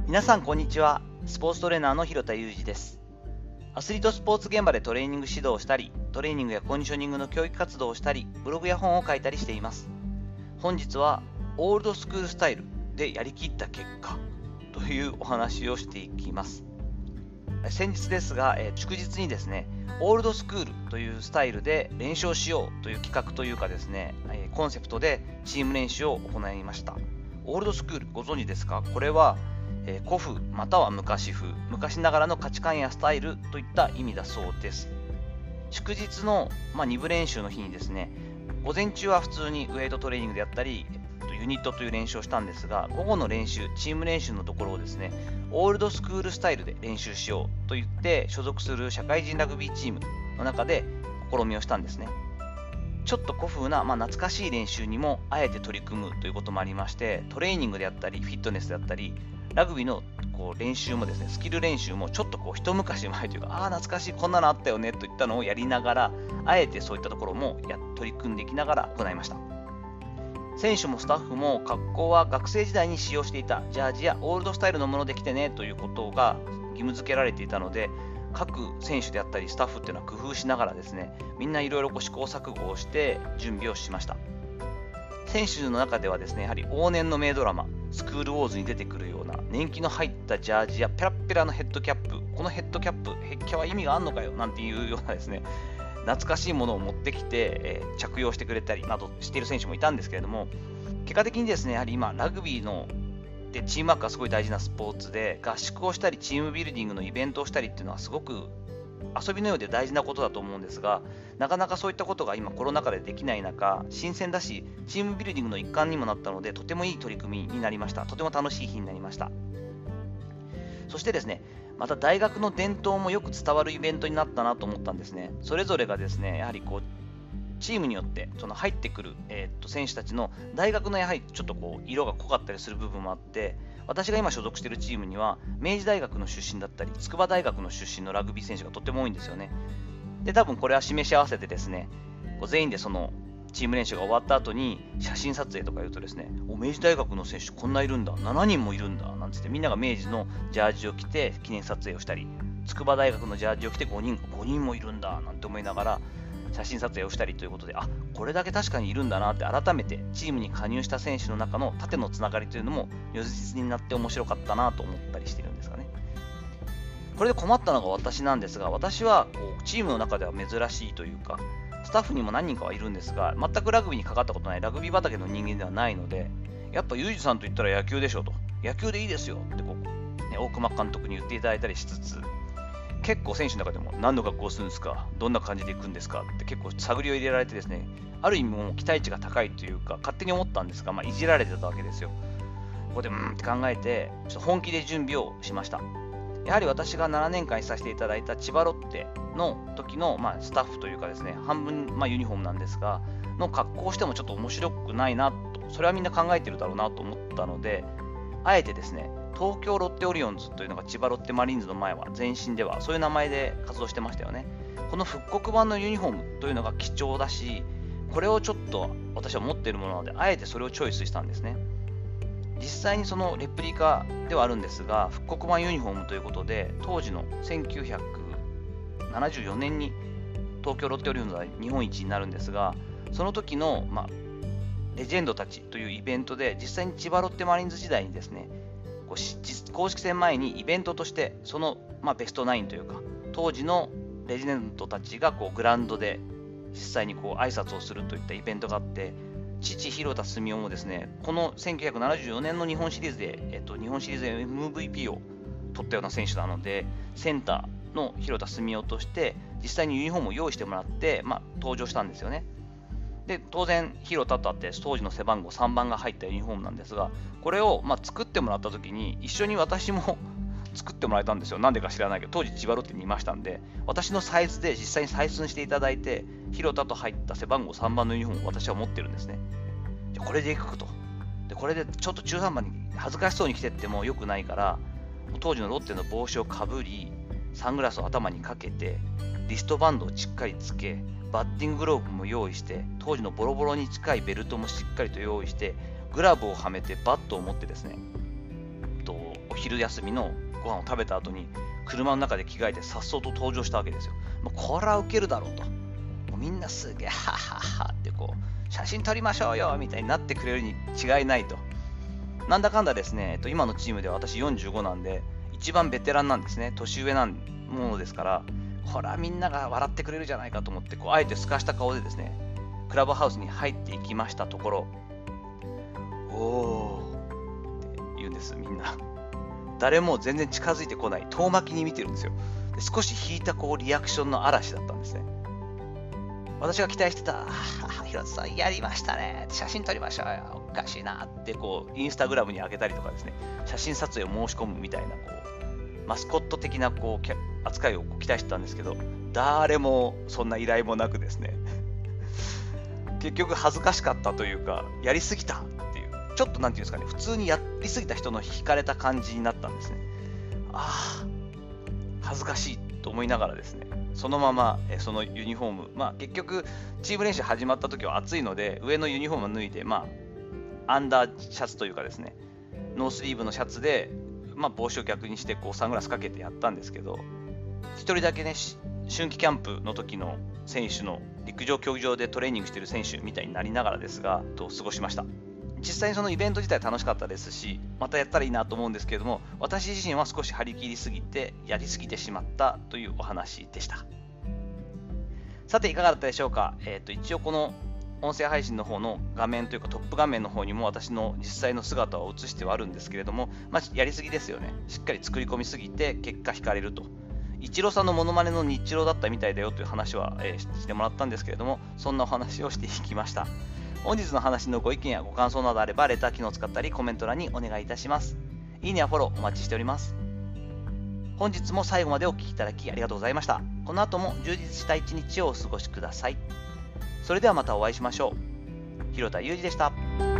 皆さんこんにちは。スポーツトレーナーの広田裕二です。アスリートスポーツ現場でトレーニング指導をしたり、トレーニングやコンディショニングの教育活動をしたり、ブログや本を書いたりしています。本日はオールドスクールスタイルでやりきった結果というお話をしていきます。先日ですが、祝日にですね、オールドスクールというスタイルで練習をしようという企画というかですね、コンセプトでチーム練習を行いました。オールドスクールご存知ですか？これは古風または昔風、昔ながらの価値観やスタイルといった意味だそうです。祝日の、2部練習の日にですね、午前中は普通にウェイトトレーニングであったり、ユニットという練習をしたんですが、午後の練習、チーム練習のところをですね、オールドスクールスタイルで練習しようと言って所属する社会人ラグビーチームの中で試みをしたんですね。ちょっと古風な、懐かしい練習にもあえて取り組むということもありまして、トレーニングであったり、フィットネスであったり、ラグビーの練習もですね、スキル練習もちょっと一昔前というか、懐かしい、こんなのあったよねといったのをやりながら、あえてそういったところも取り組んでいきながら行いました。選手もスタッフも格好は学生時代に使用していたジャージやオールドスタイルのもので来てねということが義務付けられていたので、各選手であったりスタッフっていうのは工夫しながらですね、みんないろいろ試行錯誤をして準備をしました。選手の中ではですね、やはり往年の名ドラマ、スクールウォーズに出てくるような年季の入ったジャージやペラッペラのヘッドキャップ、このヘッドキャップ、ヘッキャは意味があるのかよなんていうようなですね、懐かしいものを持ってきて、着用してくれたりなどしている選手もいたんですけれども、結果的にですね、やはり今、ラグビーのでチームワークがすごい大事なスポーツで、合宿をしたり、チームビルディングのイベントをしたりっていうのはすごく遊びのようで大事なことだと思うんですが、なかなかそういったことが今コロナ禍でできない中、新鮮だし、チームビルディングの一環にもなったので、とてもいい取り組みになりました。とても楽しい日になりました。そしてですね、また大学の伝統もよく伝わるイベントになったなと思ったんですね。それぞれがですね、やはりチームによってその入ってくる、選手たちの大学のやはりちょっと色が濃かったりする部分もあって、私が今所属しているチームには明治大学の出身だったり筑波大学の出身のラグビー選手がとっても多いんですよね。で、多分これは示し合わせてですね、全員でそのチーム練習が終わった後に写真撮影とか言うとですね、明治大学の選手こんないるんだ、7人もいるんだなんつってみんなが明治のジャージを着て記念撮影をしたり、筑波大学のジャージを着て5人もいるんだなんて思いながら写真撮影をしたりということで、これだけ確かにいるんだなって改めてチームに加入した選手の中の縦のつながりというのも如実になって面白かったなと思ったりしているんですかね。これで困ったのが私なんですが、私はチームの中では珍しいというか、スタッフにも何人かはいるんですが、全くラグビーにかかったことないラグビー畑の人間ではないので、やっぱユージさんと言ったら野球でしょと、野球でいいですよって大熊監督に言っていただいたりしつつ、結構選手の中でも何の学校するんですか、どんな感じで行くんですかって結構探りを入れられてですね、ある意味もう期待値が高いというか勝手に思ったんですが、いじられてたわけですよ。ここでって考えてちょっと本気で準備をしました。やはり私が7年間いさせていただいた千葉ロッテの時の、スタッフというかですね、半分、ユニフォームなんですがの格好をしてもちょっと面白くないなと、それはみんな考えてるだろうなと思ったので、あえてですね、東京ロッテオリオンズというのが千葉ロッテマリーンズの前は前身ではそういう名前で活動してましたよね。この復刻版のユニフォームというのが貴重だし、これをちょっと私は持っているものなので、あえてそれをチョイスしたんですね。実際にそのレプリカではあるんですが、復刻版ユニフォームということで、当時の1974年に東京ロッテオリオンズは日本一になるんですが、その時の、レジェンドたちというイベントで、実際に千葉ロッテマリーンズ時代にですね、公式戦前にイベントとしてその、ベストナインというか当時のレジェンドたちがグラウンドで実際に挨拶をするといったイベントがあって、父広田澄夫もですね、この1974年の日本シリーズで、日本シリーズ MVP を取ったような選手なので、センターの広田澄夫として実際にユニフォームを用意してもらって、登場したんですよね。で、当然広田とあって当時の背番号3番が入ったユニフォームなんですが、これを作ってもらった時に一緒に私も作ってもらえたんですよ。なんでか知らないけど、当時千葉ロッテにいましたんで、私のサイズで実際に採寸していただいて、広田と入った背番号3番のユニフォームを私は持ってるんですね。じゃこれでいくと。で、これでちょっと13番に恥ずかしそうに着てっても良くないから、当時のロッテの帽子をかぶり、サングラスを頭にかけて、リストバンドをしっかりつけ、バッティンググローブも用意して、当時のボロボロに近いベルトもしっかりと用意して、グラブをはめてバットを持ってですね、お昼休みのご飯を食べた後に車の中で着替えてさっそうと登場したわけですよ。これはウケるだろうと。みんなすげえハッハッハって写真撮りましょうよみたいになってくれるに違いないと。なんだかんだですね、今のチームでは私45なんで一番ベテランなんですね。年上なものですから、これはみんなが笑ってくれるじゃないかと思ってあえて透かした顔でですね、クラブハウスに入っていきましたところ、おーって言うんです。みんな誰も全然近づいてこない、遠巻きに見てるんですよ。で少し引いたリアクションの嵐だったんですね。私が期待してた、広田さんやりましたね、写真撮りましょうよ、おかしいなってインスタグラムに上げたりとかですね、写真撮影を申し込むみたいなマスコット的な扱いを期待してたんですけど、誰もそんな依頼もなくですね結局恥ずかしかったというか、やりすぎたっていう、ちょっとなんていうんですかね、普通にやりすぎた人の惹かれた感じになったんですね。恥ずかしいと思いながらですね、そのままそのユニフォーム、結局チーム練習始まった時は暑いので上のユニフォームを脱いで、アンダーシャツというかですね、ノースリーブのシャツで、帽子を逆にしてサングラスかけてやったんですけど、一人だけね、春季キャンプの時の選手の陸上競技場でトレーニングしている選手みたいになりながらですが過ごしました。実際にそのイベント自体楽しかったですし、またやったらいいなと思うんですけれども、私自身は少し張り切りすぎてやりすぎてしまったというお話でした。さていかがだったでしょうか。一応この音声配信の方の画面というかトップ画面の方にも私の実際の姿を映してはあるんですけれども、やりすぎですよね。しっかり作り込みすぎて結果惹かれると。イチローさんのモノマネの日ロだったみたいだよという話は、してもらったんですけれども、そんなお話をしていきました。本日の話のご意見やご感想などあればレター機能を使ったりコメント欄にお願いいたします。いいねやフォローお待ちしております。本日も最後までお聞きいただきありがとうございました。この後も充実した一日をお過ごしください。それではまたお会いしましょう。広田裕二でした。